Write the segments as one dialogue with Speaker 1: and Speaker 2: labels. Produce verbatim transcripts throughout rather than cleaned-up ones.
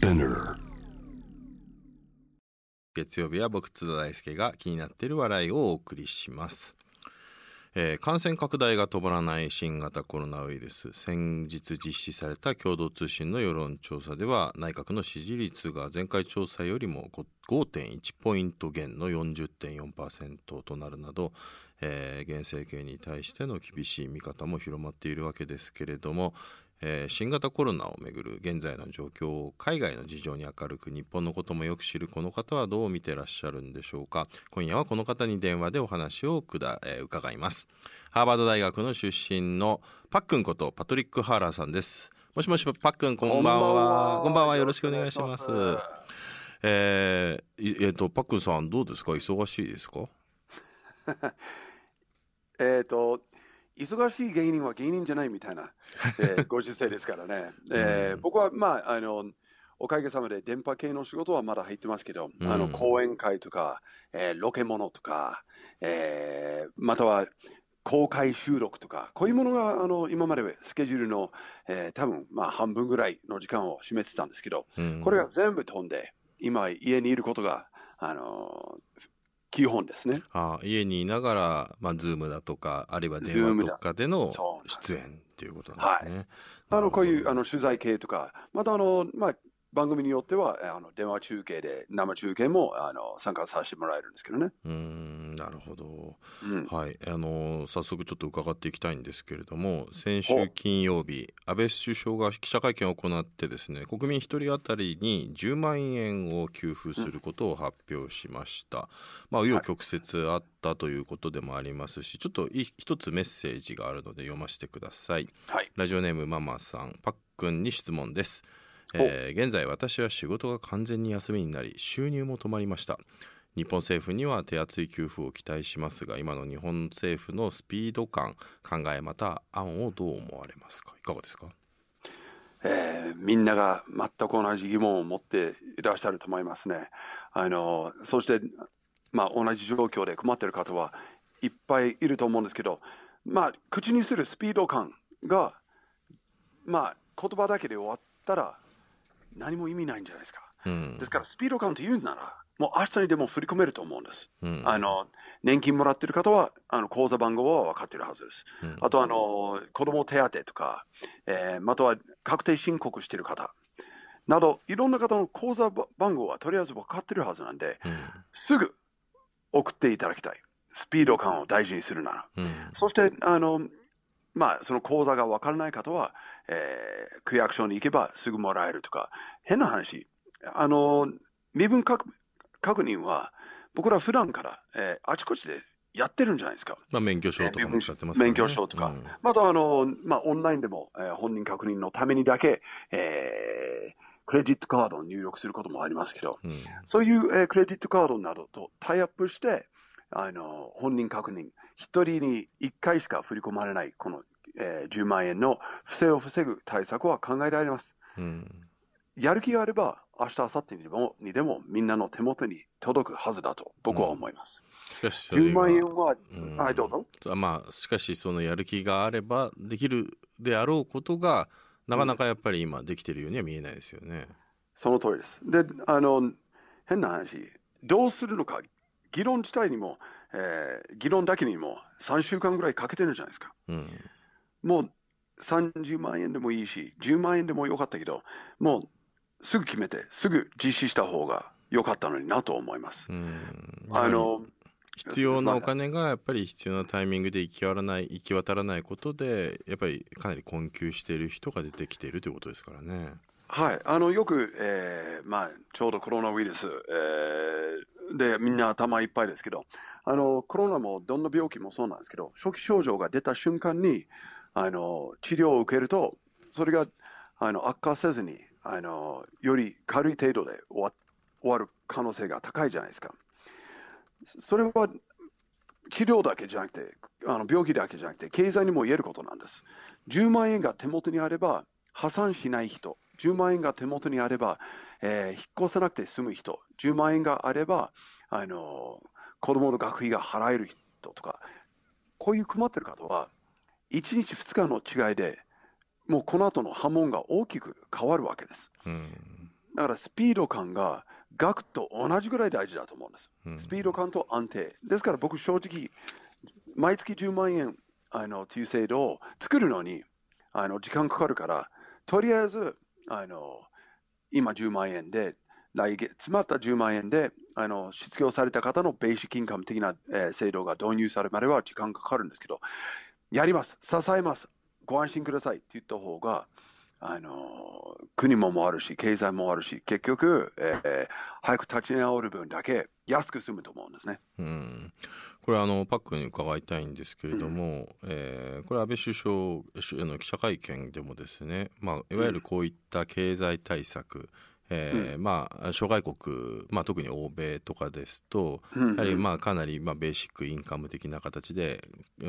Speaker 1: Spinner。
Speaker 2: 月曜日は僕津田大介が気になっている笑いをお送りします。えー、感染拡大が止まらない新型コロナウイルス。先日実施された共同通信の世論調査では、内閣の支持率が前回調査よりも ごてんいち ポイント減の よんじゅってんよんパーセント となるなど、えー、現政権に対しての厳しい見方も広まっているわけですけれども、えー、新型コロナをめぐる現在の状況を海外の事情に明るく、日本のこともよく知るこの方はどう見てらっしゃるんでしょうか。今夜はこの方に電話でお話をくだ、えー、伺います。ハーバード大学の出身のパックンことパトリック・ハーラーさんです。もしもしパックン、こんばんは。こんばんは、よろしくお願いします。えー、えーとパックンさんどうですか、忙しいですか？
Speaker 3: えっと忙しい芸人は芸人じゃないみたいな、えー、ご時世ですからね、えー、僕はまああのおかげさまで電波系の仕事はまだ入ってますけど、うん、あの講演会とか、えー、ロケモノとか、えー、または公開収録とか、こういうものがあの今までスケジュールの、えー、多分まあ半分ぐらいの時間を占めてたんですけど、うん、これが全部飛んで今家にいることがあの基本ですね。
Speaker 2: ああ、家にいながら、まあ、ズームだとかあるいは電話とかでの出演っていうことなんですね。
Speaker 3: はい、あのこういうあの取材系とか、またあの、まあ、番組によってはあの電話中継で生中継もあの参加させてもらえるんですけどね。
Speaker 2: うーん、なるほど、
Speaker 3: うん、
Speaker 2: はい、あの早速ちょっと伺っていきたいんですけれども、先週金曜日安倍首相が記者会見を行ってですね、国民一人当たりにじゅうまんえんを給付することを発表しました。うん、まあ紆余曲折あったということでもありますし、ちょっと一つメッセージがあるので読ませてください。
Speaker 3: はい、
Speaker 2: ラジオネームママさん、パックンに質問です。えー、現在私は仕事が完全に休みになり収入も止まりました。日本政府には手厚い給付を期待しますが、今の日本政府のスピード感、考えまた案をどう思われますか？いかがですか？
Speaker 3: えー、みんなが全く同じ疑問を持っていらっしゃると思いますね。あのそして、まあ、同じ状況で困っている方はいっぱいいると思うんですけど、まあ、口にするスピード感が、まあ、言葉だけで終わったら何も意味ないんじゃないですか。うん、ですからスピード感というならもう明日にでも振り込めると思うんです。うん、あの年金もらっている方はあの口座番号は分かっているはずです。うん、あとあの子ども手当とか、えー、または確定申告している方などいろんな方の口座番号はとりあえず分かっているはずなんで、うん、すぐ送っていただきたい。スピード感を大事にするなら、うん、そしてあのまあ、その口座が分からない方は、えー、区役所に行けばすぐもらえるとか、変な話、あの身分確認は僕ら普段から、えー、あちこちでやってるんじゃないですか。
Speaker 2: まあ、免許証とかも使ってますね。
Speaker 3: 免許証とか、うん、またあの、まあ、オンラインでも、えー、本人確認のためにだけ、えー、クレジットカードを入力することもありますけど、うん、そういう、えー、クレジットカードなどとタイアップしてあの本人確認、一人に一回しか振り込まれないこの、えー、じゅうまんえんの不正を防ぐ対策は考えられます。うん、やる気があれば明日明後日にでもにでもみんなの手元に届くはずだと僕は思います。
Speaker 2: うん、しかし
Speaker 3: じゅうまんえんは、うん、はいどうぞ。
Speaker 2: まあしかしそのやる気があればできるであろうことがなかなかやっぱり今できているようには見えないですよね。うん、
Speaker 3: その通りです。で、あの変な話、どうするのか。議論自体にも、えー、議論だけにもさんしゅうかんぐらいかけてるじゃないですか。うん、もうさんじゅうまんえんでもいいしじゅうまんえんでもよかったけど、もうすぐ決めてすぐ実施した方が良かったのになと思います。うん、あの
Speaker 2: 必要なお金がやっぱり必要なタイミングで行き渡らない行き渡らないことでやっぱりかなり困窮している人が出てきているということですからね。
Speaker 3: はい、あのよく、えーまあ、ちょうどコロナウイルス、えー、でみんな頭いっぱいですけど、あのコロナもどんな病気もそうなんですけど、初期症状が出た瞬間にあの治療を受けるとそれがあの悪化せずにあのより軽い程度で終わ、終わる可能性が高いじゃないですか。それは治療だけじゃなくてあの病気だけじゃなくて経済にも言えることなんです。じゅうまんえんが手元にあれば破産しない人、じゅうまんえんが手元にあれば、えー、引っ越さなくて済む人、じゅうまんえんがあれば、あのー、子供の学費が払える人とか、こういう困ってる方はいちにちふつかの違いでもうこの後の波紋が大きく変わるわけです。うん、 だからスピード感が額と同じぐらい大事だと思うんです。
Speaker 2: うん、
Speaker 3: スピード感と安定。ですから僕正直、毎月じゅうまんえんあのという制度を作るのにあの時間かかるから、とりあえずあの今じゅうまんえんで、来月詰まったじゅうまんえんであの失業された方のベーシックインカム的な、えー、制度が導入されるまでは時間かかるんですけど、やります、支えます、ご安心くださいって言った方が、あの国ももあるし経済もあるし、結局、えー、早く立ち直る分だけ安く済むと思うんですね。
Speaker 2: うん、これあのパックに伺いたいんですけれども、うん、えー、これ安倍首相の記者会見でもですね、まあ、いわゆるこういった経済対策、うん、えーまあ、諸外国、まあ、特に欧米とかですと、うん、やはりまあかなりまあベーシックインカム的な形で、うん、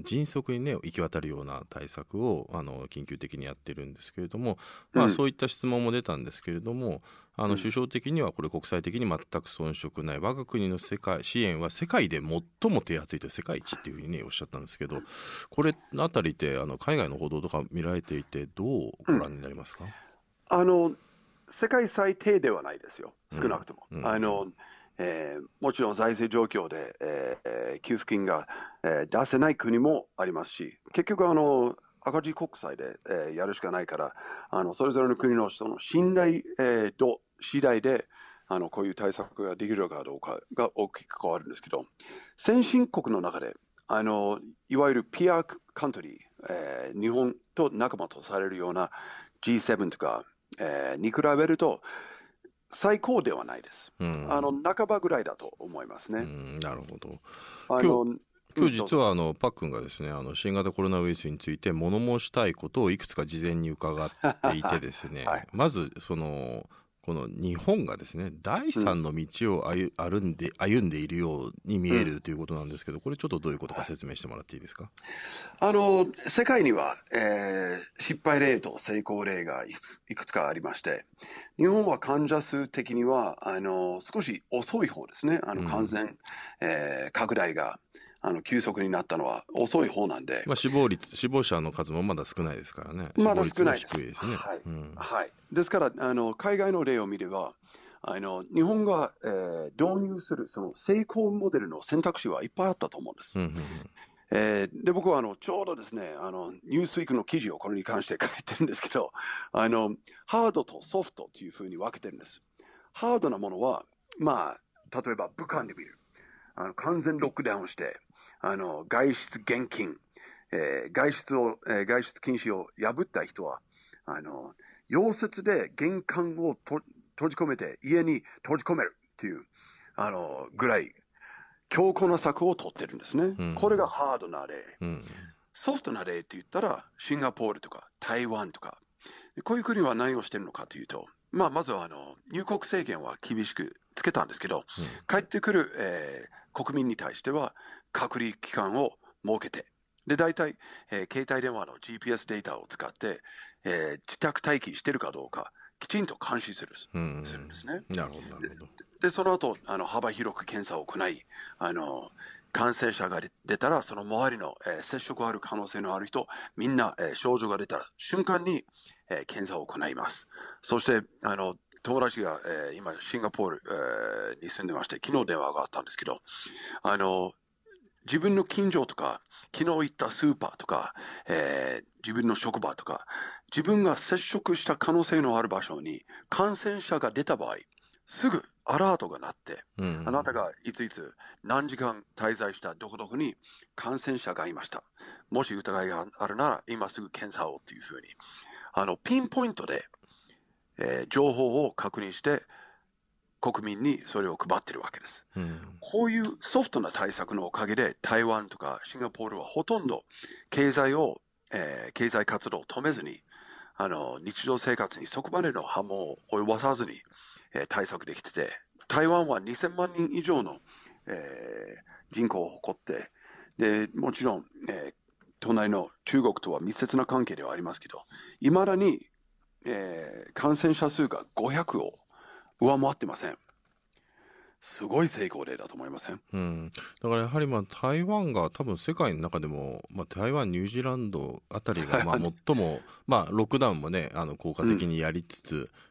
Speaker 2: 迅速にね行き渡るような対策をあの緊急的にやってるんですけれども、まあ、そういった質問も出たんですけれども、あの首相的にはこれ国際的に全く遜色ない、我が国の世界支援は世界で最も手厚いと、世界一っていうふうにねおっしゃったんですけど、これあたりってあの海外の報道とか見られていてどうご覧になりますか？
Speaker 3: うん、あの世界最低ではないですよ、少なくとも。うんうん、あのえー、もちろん財政状況で、えー、給付金が、えー、出せない国もありますし、結局あの赤字国債で、えー、やるしかないから、あのそれぞれの国の人の信頼、えー、度次第であのこういう対策ができるかどうかが大きく変わるんですけど、先進国の中であのいわゆるピアカントリー、えー、日本と仲間とされるような ジーセブン とか、えー、に比べると最高ではないです、うん、あの半ばぐらいだと思いますね。
Speaker 2: うん、なるほど。
Speaker 3: あの
Speaker 2: 今日実はあのパックンがですね、あの新型コロナウイルスについて物申したいことをいくつか事前に伺っていてですね、はい、まずそのこの日本がですね第三の道を歩歩んで歩んでいるように見えるということなんですけど、これちょっとどういうことか説明してもらっていいですか？
Speaker 3: あの世界には、えー、失敗例と成功例がいくつ、いくつかありまして、日本は患者数的にはあの少し遅い方ですね。あの感染、うんえー、拡大があの急速になったのは遅い方なんで、
Speaker 2: まあ、死亡率死亡者の数もまだ少ないですからね。
Speaker 3: まだ少ないです。
Speaker 2: 低いですね。
Speaker 3: はいうんはい、ですからあの海外の例を見れば、あの日本が、えー、導入するその成功モデルの選択肢はいっぱいあったと思うんです。うんうんうんえー、で僕はあのちょうどですねあのニュースウィークの記事をこれに関して書いてるんですけど、あのハードとソフトというふうに分けてるんです。ハードなものは、まあ、例えば武漢で見るあの完全ロックダウンしてあの外出厳禁、えー、外出を、えー、外出禁止を破った人はあの溶接で玄関をと閉じ込めて家に閉じ込めるっていうあのぐらい強硬な策を取ってるんですね。うん、これがハードな例、うん、ソフトな例って言ったらシンガポールとか台湾とか、こういう国は何をしてるのかというと、まあ、まずはあの入国制限は厳しくつけたんですけど、うん、帰ってくる、えー、国民に対しては隔離期間を設けて、で大体、えー、携帯電話の ジーピーエス データを使って、えー、自宅待機してるかどうかきちんと監視する、うん、するんですね。
Speaker 2: なるほどなるほど。
Speaker 3: でその後あの幅広く検査を行い、あの感染者が出たらその周りの、えー、接触ある可能性のある人みんな、えー、症状が出た瞬間に、えー、検査を行います。そしてあの友達が、えー、今シンガポール、えー、に住んでまして、昨日電話があったんですけど、あの自分の近所とか昨日行ったスーパーとか、えー、自分の職場とか自分が接触した可能性のある場所に感染者が出た場合すぐアラートが鳴って、うんうん、あなたがいついつ何時間滞在したどこどこに感染者がいました、もし疑いがあるなら今すぐ検査をというふうにあのピンポイントで、えー、情報を確認して国民にそれを配っているわけです、うん、こういうソフトな対策のおかげで台湾とかシンガポールはほとんど経済を、えー、経済活動を止めずにあの日常生活にそこまでの波紋を及ぼさずにえー、対策できてて、台湾はにせんまんにん以上の、えー、人口を誇って、でもちろん、えー、隣の中国とは密接な関係ではありますけど、いまだに、えー、感染者数がごひゃくを上回ってません。すごい成功例だと思いません？
Speaker 2: うん、だからやはりまあ台湾が多分世界の中でも、まあ、台湾ニュージーランドあたりがまあ最も、まあ、ロックダウンもねあの効果的にやりつつ、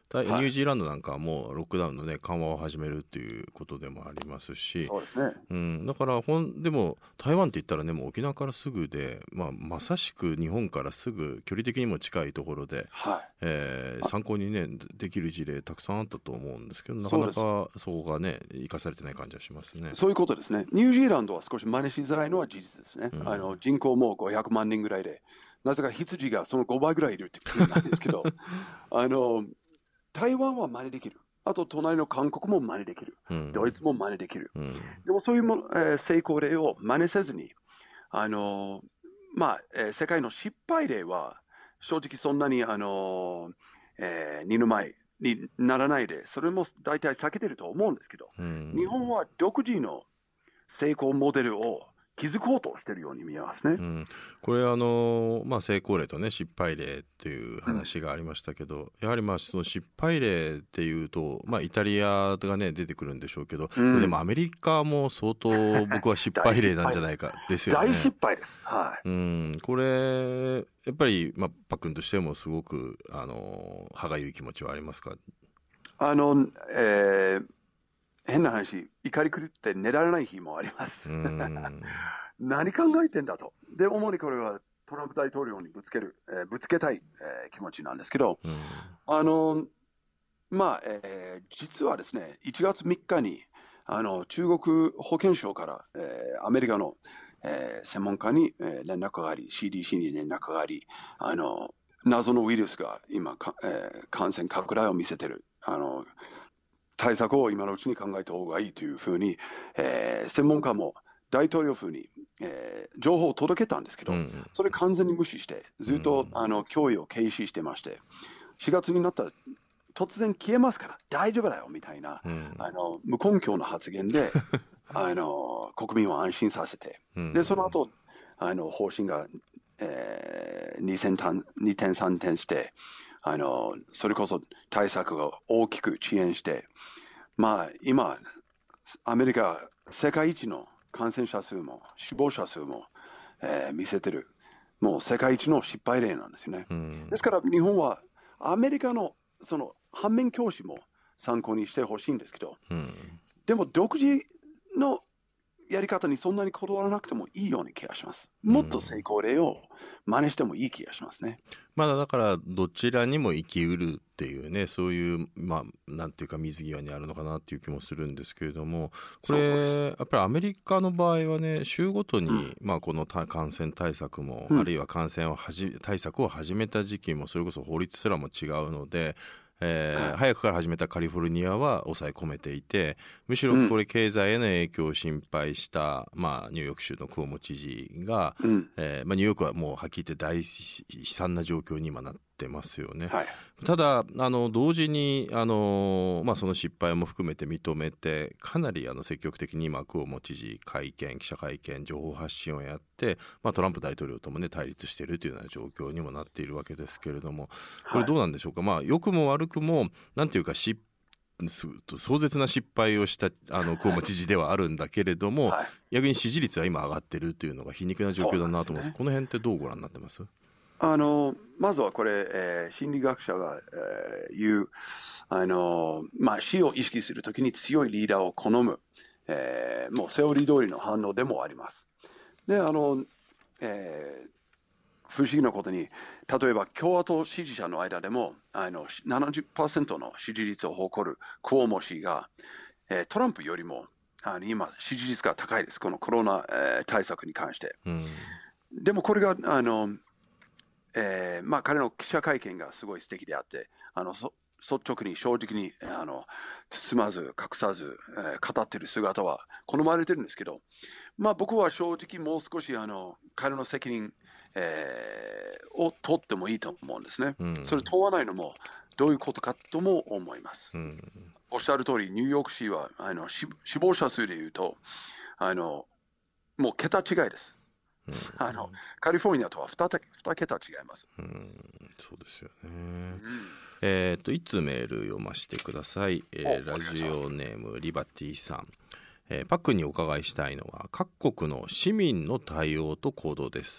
Speaker 2: ニュージーランドなんかはもうロックダウンの、ね、緩和を始めるっていうことでもありますし、
Speaker 3: そうですね、
Speaker 2: うん、だからほんでも台湾って言ったらねもう沖縄からすぐで、まあ、まさしく日本からすぐ距離的にも近いところで、
Speaker 3: はい、
Speaker 2: えー、参考に、ね、できる事例たくさんあったと思うんですけどなかなかそこがね生かされてない感じはしますね。
Speaker 3: そういうことですね。ニュージーランドは少し真似しづらいのは事実ですね、うん、あの人口もごひゃくまんにんぐらいでなぜか羊がそのごばいぐらいいるって国なんですけどあの台湾は真似できる。あと隣の韓国も真似できる。うん、ドイツも真似できる。うん、でもそういうも、えー、成功例を真似せずに、あのー、まあ、えー、世界の失敗例は正直そんなに、あのーえー、二の舞にならないで、それも大体避けてると思うんですけど、うん、日本は独自の成功モデルを築こうとしているように見えますね。うん、
Speaker 2: これあの、まあ、成功例と、ね、失敗例という話がありましたけど、うん、やはりまあその失敗例っていうと、まあ、イタリアが、ね、出てくるんでしょうけど、うん、でもアメリカも相当僕は失敗例なんじゃないかですよね。
Speaker 3: 大失敗です、はい、
Speaker 2: うん、これやっぱり、まあ、パックンとしてもすごくあの歯がゆい気持ちはありますか？
Speaker 3: あの、えー変な話、怒り狂って寝られない日もあります。何考えてんだと。で、主にこれはトランプ大統領にぶつける、えー、ぶつけたい、えー、気持ちなんですけど、うん、あの、まあ、えー、実はですね、いちがつみっかに、あの、中国保健省から、えー、アメリカの、えー、専門家に、えー、連絡があり、シーディーシー に連絡があり、あの、謎のウイルスが今、えー、感染拡大を見せてる。あの対策を今のうちに考えた方がいいというふうに、えー、専門家も大統領府に、えー、情報を届けたんですけど、うん、それ完全に無視してずっと、うん、あの脅威を軽視してまして、しがつになったら突然消えますから大丈夫だよみたいな、うん、あの無根拠な発言であの国民を安心させて、でその後あの方針が、えー、に転さん転してあのそれこそ対策を大きく遅延して、まあ、今、アメリカ、世界一の感染者数も死亡者数も、えー、見せてる、もう世界一の失敗例なんですよね。うん、ですから日本はアメリカのその反面教師も参考にしてほしいんですけど、うん、でも独自のやり方にそんなにこだわらなくてもいいような気がします。もっと成功例を真似してもいい気がしますね。
Speaker 2: まだだからどちらにも生きうるっていうね、そういうまあなんていうか水際にあるのかなっていう気もするんですけれども、これやっぱりアメリカの場合はね、週ごとに、うん、まあこの感染対策も、うん、あるいは感染をはじ対策を始めた時期もそれこそ法律すらも違うので。えーはい、早くから始めたカリフォルニアは抑え込めていて、むしろこれ経済への影響を心配した、うんまあ、ニューヨーク州のクオモ知事が、うんえーまあ、ニューヨークはもうはっきり言って大悲惨な状況に今なってますよね、はい、ただあの同時にあの、まあ、その失敗も含めて認めてかなりあの積極的に今クオモ知事会見記者会見情報発信をやって、まあ、トランプ大統領とも、ね、対立しているというような状況にもなっているわけですけれども、これどうなんでしょうか、はいまあ、良くも悪くもなんていうか失壮絶な失敗をしたあのクオモ知事ではあるんだけれども、はい、逆に支持率は今上がっているというのが皮肉な状況だなと思います。この辺ってどうご覧になってます？
Speaker 3: あのまずはこれ、えー、心理学者が、えー、言うあの、まあ、死を意識するときに強いリーダーを好む、えー、もうセオリー通りの反応でもあります。であの、えー不思議なことに、例えば共和党支持者の間でもあの ななじゅっパーセント の支持率を誇るクオモ氏が、えー、トランプよりもあの今支持率が高いです、このコロナ、えー、対策に関して、うん、でもこれがあの、えーまあ、彼の記者会見がすごい素敵であって、あのそ率直に正直にあの包まず隠さず、えー、語っている姿は好まれてるんですけど、まあ、僕は正直もう少しあの彼の責任えー、を取ってもいいと思うんですね、うん、それ問わないのもどういうことかとも思います、うん、おっしゃる通りニューヨーク市はあの死亡者数でいうとあのもう桁違いです、うん、あのカリフォルニアとは 2, 2桁違います、うん、
Speaker 2: そうですよね、うんえー、といつつメール読ませてください、えー、ラジオネームリバティさん、えー、パックンにお伺いしたいのは各国の市民の対応と行動です。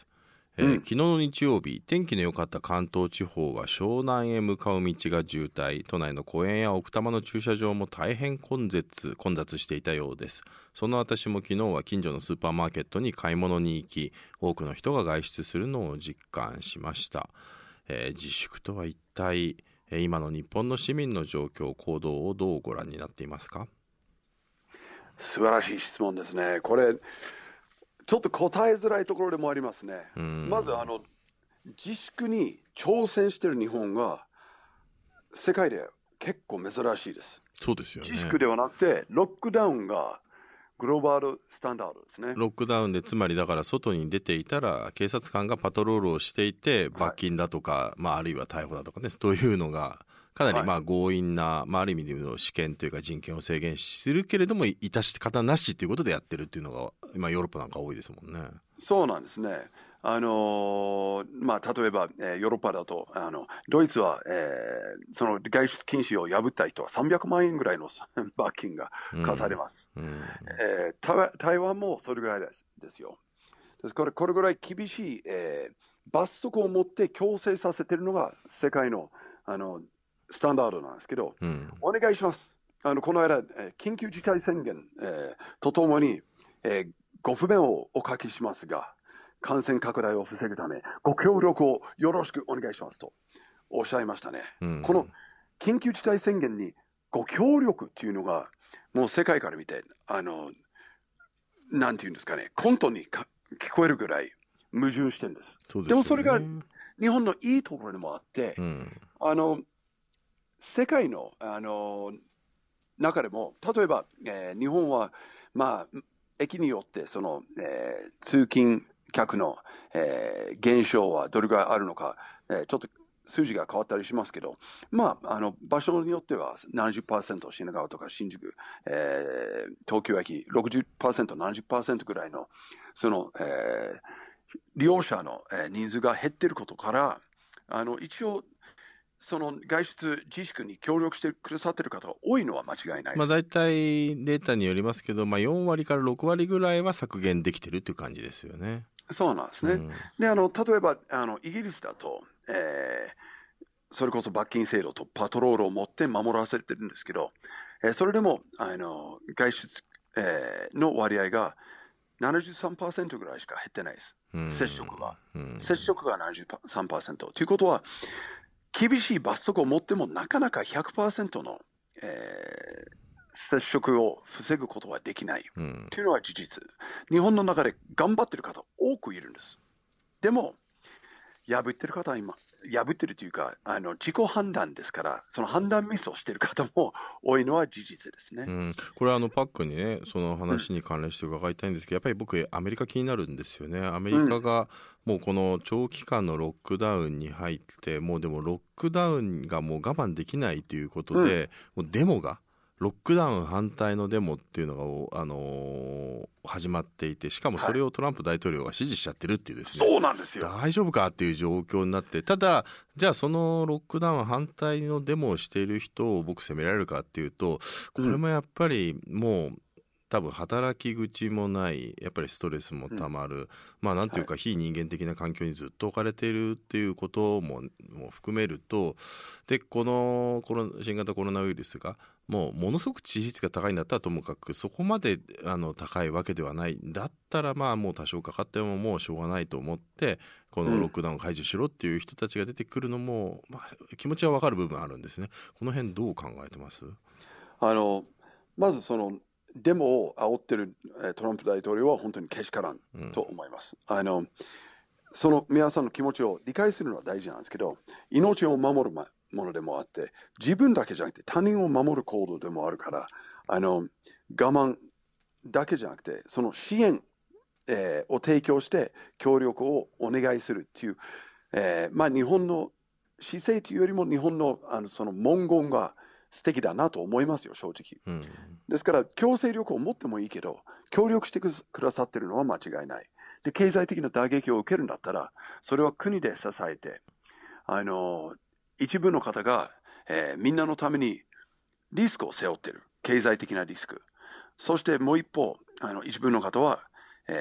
Speaker 2: えーうん、昨日の日曜日、天気の良かった関東地方は湘南へ向かう道が渋滞、都内の公園や奥多摩の駐車場も大変混雑混雑していたようです。そんな私も昨日は近所のスーパーマーケットに買い物に行き、多くの人が外出するのを実感しました。えー、自粛とは一体、えー、今の日本の市民の状況行動をどうご覧になっていますか？
Speaker 3: 素晴らしい質問ですね。これちょっと答えづらいところでもありますね。まずあの自粛に挑戦している日本が世界で結構珍しいです。
Speaker 2: そうですよね。
Speaker 3: 自粛ではなくてロックダウンがグローバルスタンダードですね。
Speaker 2: ロックダウンでつまりだから外に出ていたら警察官がパトロールをしていて罰金だとか、はい、まあ、あるいは逮捕だとかね、そういうのがかなりまあ強引な、はい、まあ、ある意味での試験というか人権を制限するけれども致し方なしということでやってるっていうのが今ヨーロッパなんか多いですもんね。
Speaker 3: そうなんですね。あのーまあ、例えば、えー、ヨーロッパだとあのドイツは、えー、その外出禁止を破った人はさんびゃくまんえんぐらいの罰金が課されます、うんうん、えー、台湾もそれぐらいですですよ。ですからこれぐらい厳しい、えー、罰則を持って強制させているのが世界の、あのスタンダードなんですけど、うん、お願いします。あのこの間、えー、緊急事態宣言、えー、とともに、えー、ご不便をおかけしますが感染拡大を防ぐためご協力をよろしくお願いしますとおっしゃいましたね、うん、この緊急事態宣言にご協力っていうのがもう世界から見てあのなんていうんですかね、コントにか聞こえるぐらい矛盾してるんです。そうですよね。でもそれが日本のいいところでもあって、うん、あの世界のあの中でも例えば、えー、日本はまあ駅によってその、えー、通勤客の、えー、減少はどれぐらいあるのか、えー、ちょっと数字が変わったりしますけど、まあ、あの場所によってはななじゅっパーセント品川とか新宿、えー、東京駅 ろくじゅっパーセント、ななじゅっパーセント ぐらいのその、えー、利用者の人数が減っていることからあの一応その外出自粛に協力してくださっている方が多いのは間違いないです。
Speaker 2: まあ、大体データによりますけど、まあ、よんわりからろくわりぐらいは削減できてるっていう感じですよね。
Speaker 3: そうなんですね。うん、であの例えばあのイギリスだと、えー、それこそ罰金制度とパトロールを持って守らせてるんですけど、えー、それでもあの外出、えー、の割合が ななじゅうさんパーセント ぐらいしか減ってないです。うん、接触が、うん、接触が ななじゅうさんパーセント ということは厳しい罰則を持ってもなかなか ひゃくパーセント の、えー、接触を防ぐことはできない、うん、というのは事実。日本の中で頑張っている方多くいるんです。でも破っている方は今破っているというかあの自己判断ですからその判断ミスをしている方も多いのは事実ですね。
Speaker 2: うん、これはあのパックにねその話に関連して伺いたいんですけど、うん、やっぱり僕アメリカ気になるんですよね。アメリカがもうこの長期間のロックダウンに入ってもうでもロックダウンがもう我慢できないということで、うん、もうデモがロックダウン反対のデモっていうのが、あのー、始まっていて、しかもそれをトランプ大統領が支持しちゃってるっていうですね、
Speaker 3: そうなんですよ。
Speaker 2: 大丈夫かっていう状況になって、ただじゃあそのロックダウン反対のデモをしている人を僕責められるかっていうと、これもやっぱりもう多分働き口もない、やっぱりストレスもたまる、うん、まあなんていうか非人間的な環境にずっと置かれているっていうことも、もう含めると、でこのコロ新型コロナウイルスがもうものすごく致死率が高いんだったらともかくそこまであの高いわけではないんだったら、まあもう多少かかってももうしょうがないと思ってこのロックダウンを解除しろっていう人たちが出てくるのも、まあ、気持ちは分かる部分あるんですね。この辺どう考えてます？
Speaker 3: あのまずそのデモを煽ってるトランプ大統領は本当にけしからんと思います、うん、あのその皆さんの気持ちを理解するのは大事なんですけど、命を守るものでもあって自分だけじゃなくて他人を守る行動でもあるから、あの我慢だけじゃなくてその支援、えー、を提供して協力をお願いするっていう、えー、まあ日本の姿勢というよりも日本の、あのその文言が素敵だなと思いますよ、正直、うん、ですから強制力を持ってもいいけど協力してくださっているのは間違いない。で経済的な打撃を受けるんだったらそれは国で支えて、あの一部の方が、えー、みんなのためにリスクを背負っている経済的なリスク、そしてもう一方あの一部の方は、えー、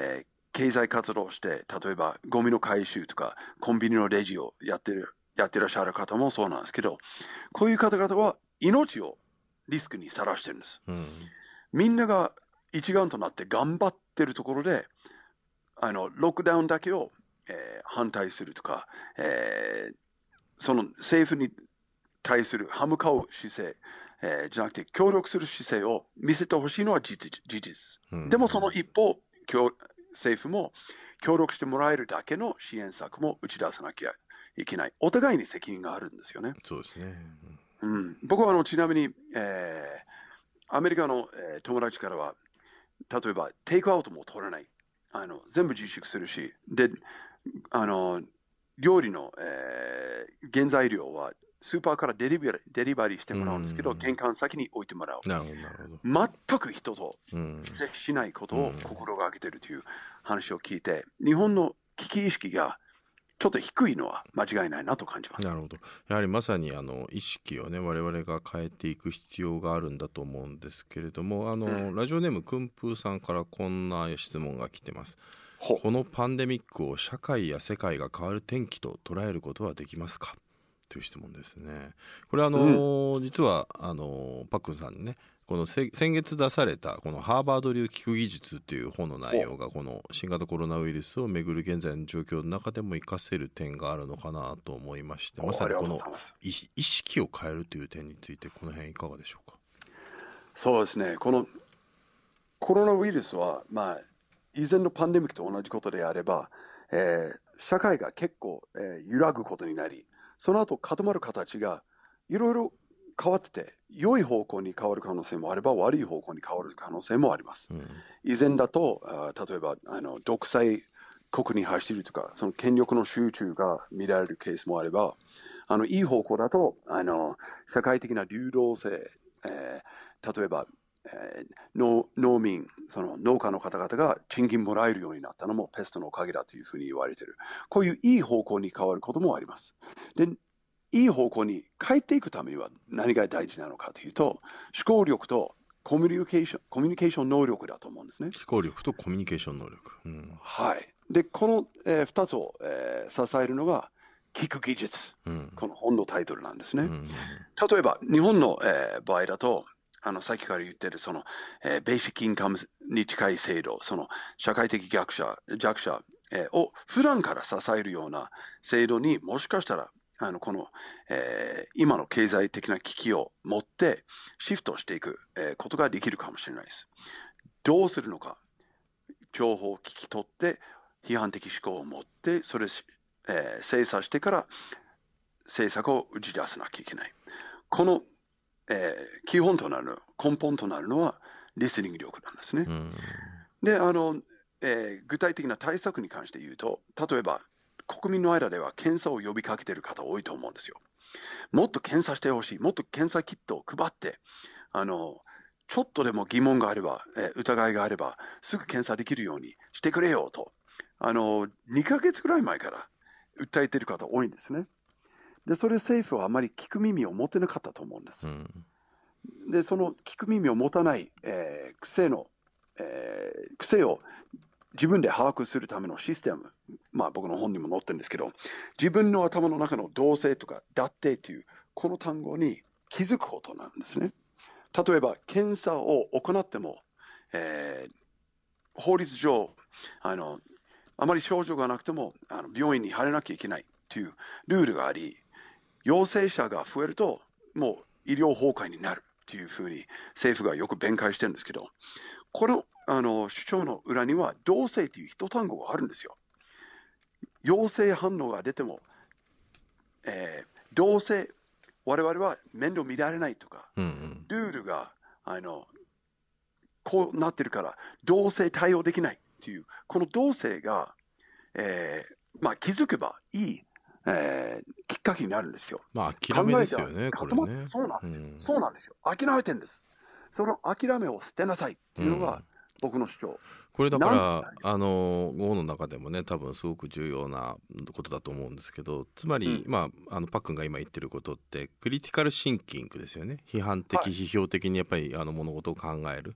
Speaker 3: 経済活動をして、例えばゴミの回収とかコンビニのレジをやってる、やってらっしゃる方もそうなんですけど、こういう方々は命をリスクにさらしてるんです。
Speaker 2: うん、
Speaker 3: みんなが一丸となって頑張ってるところで、あのロックダウンだけを、えー、反対するとか、えー、その政府に対する歯向かう姿勢、えー、じゃなくて協力する姿勢を見せてほしいのは事実、事実、うん、でもその一方、政府も協力してもらえるだけの支援策も打ち出さなきゃいけない。お互いに責任があるんですよね。
Speaker 2: そうですね。
Speaker 3: うん、僕はあのちなみに、えー、アメリカの、えー、友達からは、例えばテイクアウトも取らない、あの全部自粛するし、で、あの料理の、えー、原材料はスーパーからデリバリー、デリバリーしてもらうんですけど、玄関先に置いてもらう。
Speaker 2: なるほど、なるほど。
Speaker 3: 全く人と接しないことを心がけているという話を聞いて、日本の危機意識がちょっと低いのは間違いないなと感じます。
Speaker 2: なるほど。やはりまさにあの意識をね、我々が変えていく必要があるんだと思うんですけれども、あの、うん、ラジオネームくんぷーさんからこんな質問が来てます。このパンデミックを社会や世界が変わる転機と捉えることはできますか、という質問ですね。これあの、うん、実はあのパックンさんにね、この先月出されたこのハーバード流聞く技術という本の内容が、この新型コロナウイルスをめぐる現在の状況の中でも活かせる点があるのかなと思いまして、まさにこの意識を変えるという点について、この辺いかがでしょうか。
Speaker 3: そうですね、このコロナウイルスは、まあ、以前のパンデミックと同じことであれば、えー、社会が結構、えー、揺らぐことになり、その後固まる形がいろいろ変わってて、良い方向に変わる可能性もあれば悪い方向に変わる可能性もあります。うん、以前だとあ例えばあの独裁国に走るとか、その権力の集中が見られるケースもあれば、あのいい方向だとあの社会的な流動性、えー、例えば、えー、農, 農民その農家の方々が賃金もらえるようになったのもペストのおかげだというふうに言われている。こういういい方向に変わることもあります。でいい方向に変えていくためには何が大事なのかというと、思考力とコミュニケーション、コミュニケーション能力だと思うんですね。
Speaker 2: 思考力とコミュニケーション能力。うん、
Speaker 3: はい。で、この、えー、ふたつを、えー、支えるのが聞く技術、うん。この本のタイトルなんですね。うん、例えば、日本の、えー、場合だと、あの、さっきから言ってる、その、えー、ベーシックインカムに近い制度、その、社会的弱者、弱者、えー、を普段から支えるような制度にもしかしたら、あのこの、えー、今の経済的な危機を持ってシフトしていく、えー、ことができるかもしれないです。どうするのか、情報を聞き取って批判的思考を持ってそれを、えー、精査してから政策を打ち出さなきゃいけない。この、えー、基本となる根本となるのはリスニング力なんですね。うん、であの、えー、具体的な対策に関して言うと、例えば国民の間では検査を呼びかけている方多いと思うんですよ。もっと検査してほしい。もっと検査キットを配って、あの、ちょっとでも疑問があれば、え疑いがあれば、すぐ検査できるようにしてくれよと、あの、にかげつぐらい前から訴えている方多いんですね。で、それ政府はあまり聞く耳を持てなかったと思うんです。うん、で、その聞く耳を持たない、えー、癖の、えー、癖を自分で把握するためのシステム、まあ僕の本にも載ってるんですけど、自分の頭の中の動性とか脱定というこの単語に気づくことなんですね。例えば検査を行っても、えー、法律上あのあまり症状がなくてもあの病院に入らなきゃいけないというルールがあり、陽性者が増えるともう医療崩壊になるというふうに政府がよく弁解してるんですけど、このあの主張の裏には動性という一単語があるんですよ。陽性反応が出ても、えー、どうせ我々は面倒見られないとか、うんうん、ルールがあのこうなってるからどうせ対応できないっていうこの動性が、えーまあ、気づけばいい、えー、きっかけになるんですよ。
Speaker 2: まあ諦めですよね、これね。
Speaker 3: そうなんですよ、うん。そうなんですよ。諦めてるんです。その諦めを捨てなさいっていうのが僕の主張。うん、
Speaker 2: これだからあのご本の中でもね、多分すごく重要なことだと思うんですけど、つまり、うん、まあ、あのパックンが今言ってることってクリティカルシンキングですよね。批判的、はい、批評的にやっぱりあの物事を考える。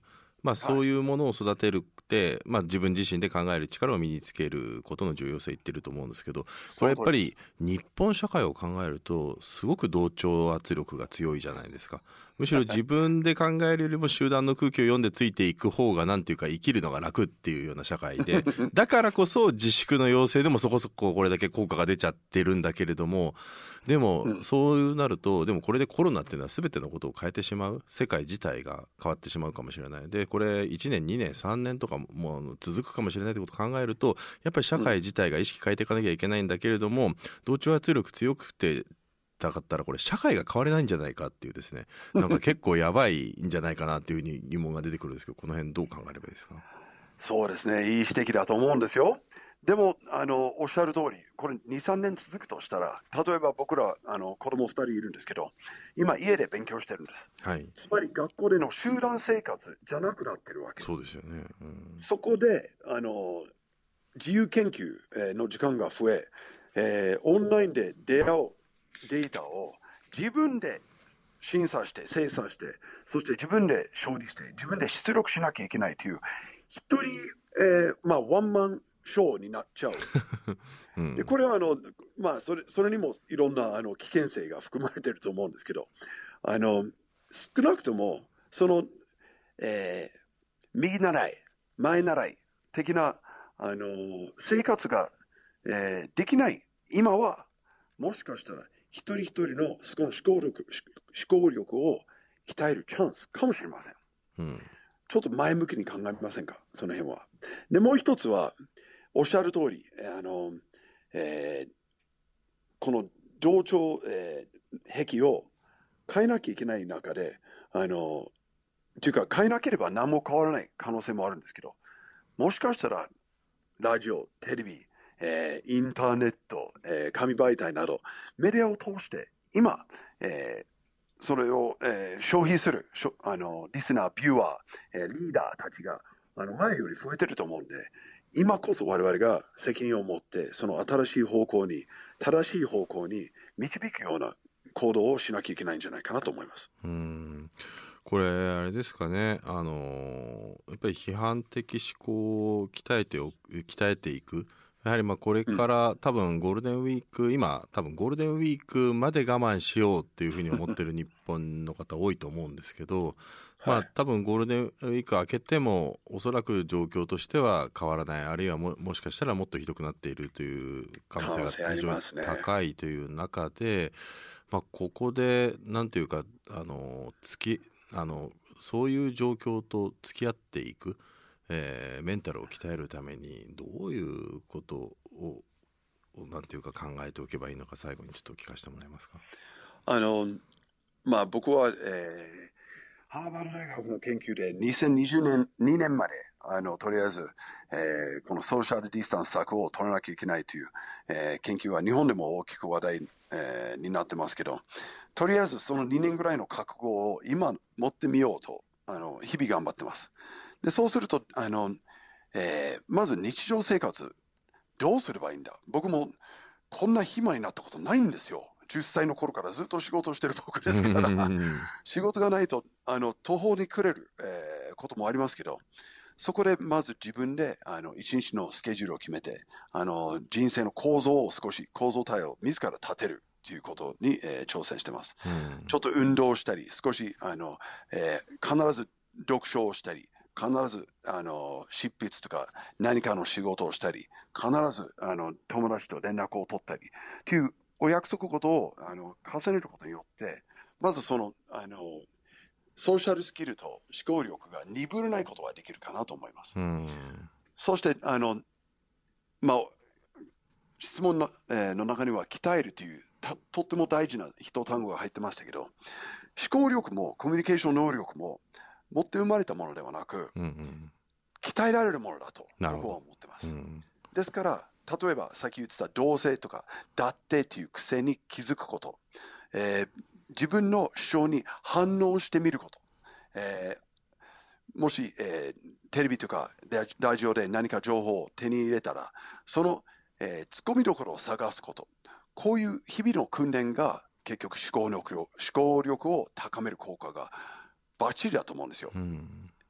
Speaker 2: まあ、そういうものを育てるって、まあ、自分自身で考える力を身につけることの重要性言ってると思うんですけど、これやっぱり日本社会を考えるとすごく同調圧力が強いじゃないですか。むしろ自分で考えるよりも集団の空気を読んでついていく方がなんていうか生きるのが楽っていうような社会で、だからこそ自粛の要請でもそこそここれだけ効果が出ちゃってるんだけれども、でもそうなるとでもこれでコロナっていうのは全てのことを変えてしまう、世界自体が変わってしまうかもしれない。でこれいちねんにねんさんねんとかもう続くかもしれないということを考えると、やっぱり社会自体が意識変えていかなきゃいけないんだけれども、同調圧力強くてたかったらこれ社会が変われないんじゃないかっていうですね、なんか結構やばいんじゃないかなっていうふうに疑問が出てくるんですけど、この辺どう考えればいいですか？
Speaker 3: そうですね、いい指摘だと思うんですよ。でもあのおっしゃる通り、これに、さんねん続くとしたら、例えば僕らあの子供ふたりいるんですけど、今家で勉強してるんです、
Speaker 2: はい、
Speaker 3: つまり学校での集団生活じゃなくなってるわけ。
Speaker 2: そうですよね、うん、
Speaker 3: そこであの自由研究の時間が増ええーオンラインで出会うデータを自分で審査して精査して、そして自分で処理して自分で出力しなきゃいけないという一人、えーまあ、ワンマンショーになっちゃう、うん、でこれはあの、まあ、それそれにもいろんなあの危険性が含まれていると思うんですけど、あの少なくともその、えー、右習い前習い的なあの生活が、えー、できない今は、もしかしたら一人一人のその思考力、思考力を鍛えるチャンスかもしれません、うん、ちょっと前向きに考えませんか、その辺は。でもう一つはおっしゃる通り、あの、えー、この同調、えー、癖を変えなきゃいけない中で、あのというか変えなければ何も変わらない可能性もあるんですけど、もしかしたらラジオ、テレビ、えー、インターネット、えー、紙媒体などメディアを通して今、えー、それを、えー、消費するあのリスナー、ビューアー、えー、リーダーたちがあの前より増えてると思うんで、今こそ我々が責任を持ってその新しい方向に、正しい方向に導くような行動をしなきゃいけないんじゃないかなと思います。
Speaker 2: うーん、これあれですかね、あのやっぱり批判的思考を鍛えておく鍛えていく。やはりまあこれから多分ゴールデンウィーク、今多分ゴールデンウィークまで我慢しようっていうふうに思ってる日本の方多いと思うんですけど、まあ多分ゴールデンウィーク明けてもおそらく状況としては変わらない、あるいは も, もしかしたらもっとひどくなっているという可能性が非常に高いという中で、まあ、ここでなんていうかあの付きあのそういう状況と付き合っていく、えー、メンタルを鍛えるためにどういうことをなんていうか考えておけばいいのか、最後にちょっと聞かせてもらえますか？
Speaker 3: あのまあ僕は、えーハーバード大学の研究でにせんにじゅうねんにねんまであのとりあえず、えー、このソーシャルディスタンス策を取らなきゃいけないという、えー、研究は日本でも大きく話題、えー、になってますけど、とりあえずそのにねんぐらいの覚悟を今持ってみようとあの日々頑張ってます。でそうするとあの、えー、まず日常生活どうすればいいんだ。僕もこんな暇になったことないんですよ。じゅっさいの頃からずっと仕事をしてる僕ですから仕事がないとあの途方に暮れる、えー、こともありますけど、そこでまず自分であの一日のスケジュールを決めて、あの人生の構造を少し構造体を自ら立てるということに、えー、挑戦してます、うん、ちょっと運動したり少しあの、えー、必ず読書をしたり、必ずあの執筆とか何かの仕事をしたり、必ずあの友達と連絡を取ったりというお約束事をあの重ねることによって、まずそのあのソーシャルスキルと思考力が鈍らないことができるかなと思います。うん、そしてあの、まあ、質問 の,、えー、の中には鍛えるという と, とっても大事な一単語が入ってましたけど、思考力もコミュニケーション能力も持って生まれたものではなく、うんうん、鍛えられるものだと僕は思ってます。うん、ですから例えばさっき言ってたどうせとかだってという癖に気づくこと、えー、自分の主張に反応してみること、えー、もし、えー、テレビとかラジオで何か情報を手に入れたらその、えー、ツッコミどころを探すこと、こういう日々の訓練が結局思考力を、思考力を高める効果がバッチリだと思うんですよ。うん、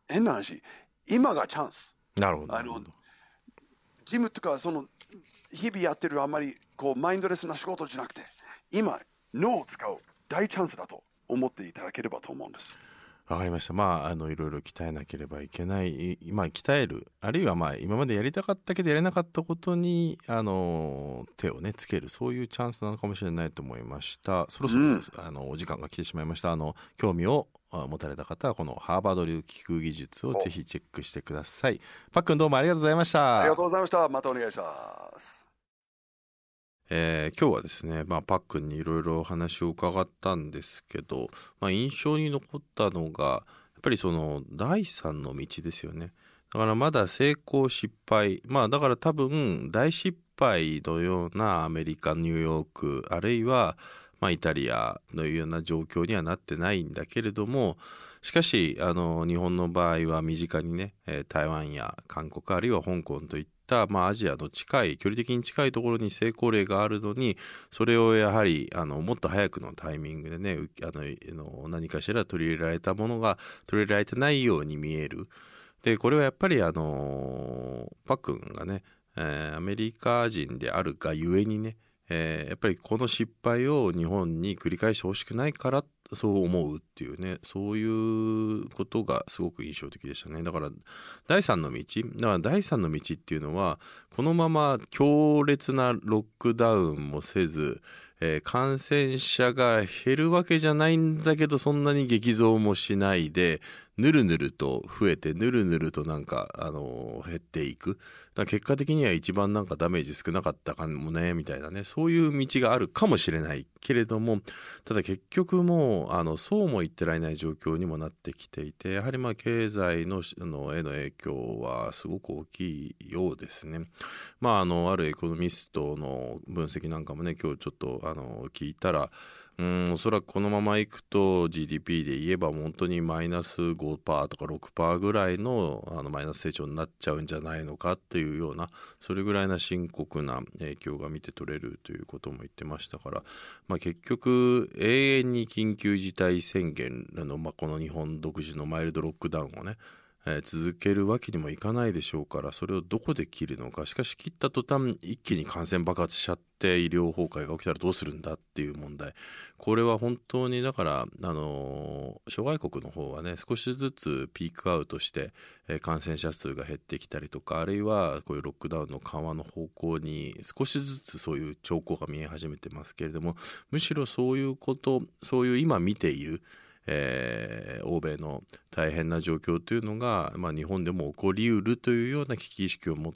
Speaker 3: 変な話、今がチャンス。
Speaker 2: なるほど。
Speaker 3: あのジムとかその日々やってるあんまりこうマインドレスな仕事じゃなくて、今脳を使う大チャンスだと思っていただければと思うんです。
Speaker 2: わかりました。まあ、あのいろいろ鍛えなければいけない、まあ、鍛える、あるいはまあ今までやりたかったけどやれなかったことにあの手をねつける、そういうチャンスなのかもしれないと思いました。そろそろ、うん、あのお時間が来てしまいました。あの興味を持たれた方はこのハーバード流聞く技術をぜひチェックしてください。パックン、どうもありがとうございました。
Speaker 3: ありがとうございました。またお願いします。
Speaker 2: えー、今日はですね、まあ、パックンにいろいろ話を伺ったんですけど、まあ、印象に残ったのがやっぱりその第三の道ですよね。だからまだ成功失敗、まあだから多分大失敗のようなアメリカ、ニューヨーク、あるいはまあイタリアのような状況にはなってないんだけれども、しかしあの日本の場合は身近にね、えー、台湾や韓国あるいは香港といったまあアジアの近い距離的に近いところに成功例があるのに、それをやはりあのもっと早くのタイミングでね、あの何かしら取り入れられたものが取り入れられてないように見える。でこれはやっぱりあのパックンがね、えー、アメリカ人であるがゆえにね、えー、やっぱりこの失敗を日本に繰り返してほしくないからそう思うっていうね、そういうことがすごく印象的でしたね。だから第三の道だから第三の道っていうのはこのまま強烈なロックダウンもせず、えー、感染者が減るわけじゃないんだけどそんなに激増もしないでぬるぬると増えてぬるぬるとなんか、あのー、減っていく。だから結果的には一番なんかダメージ少なかったかもねみたいなね、そういう道があるかもしれないけれども、ただ結局もうあのそうも言ってられない状況にもなってきていて、やはりまあ経済ののへの影響はすごく大きいようですね。まああのあるエコノミストの分析なんかもね今日ちょっとあの聞いたら、うん、おそらくこのままいくと ジーディーピー で言えば本当にマイナス ごパーセント とか ろくパーセント ぐらいの、あのマイナス成長になっちゃうんじゃないのかっていうような、それぐらいな深刻な影響が見て取れるということも言ってましたから、まあ、結局永遠に緊急事態宣言の、まあ、この日本独自のマイルドロックダウンをねえー、続けるわけにもいかないでしょうから、それをどこで切るのか。しかし切った途端一気に感染爆発しちゃって医療崩壊が起きたらどうするんだっていう問題、これは本当にだから、あのー、諸外国の方はね少しずつピークアウトして、えー、感染者数が減ってきたりとか、あるいはこういうロックダウンの緩和の方向に少しずつそういう兆候が見え始めてますけれども、むしろそういうこと、そういう今見ているえー、欧米の大変な状況というのが、まあ、日本でも起こりうるというような危機意識を持って、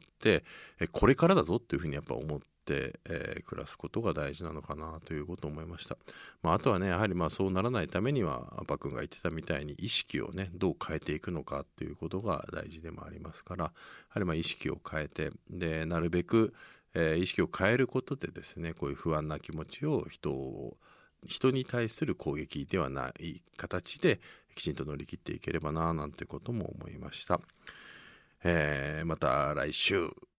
Speaker 2: えこれからだぞというふうにやっぱ思って、えー、暮らすことが大事なのかなということを思いました。まあ、あとはねやはりまあそうならないためにはパク君が言ってたみたいに意識をねどう変えていくのかということが大事でもありますから、やはりまあ意識を変えて、でなるべく、えー、意識を変えることでですね、こういう不安な気持ちを人を人に対する攻撃ではない形できちんと乗り切っていければななんてことも思いました。えー、また来週。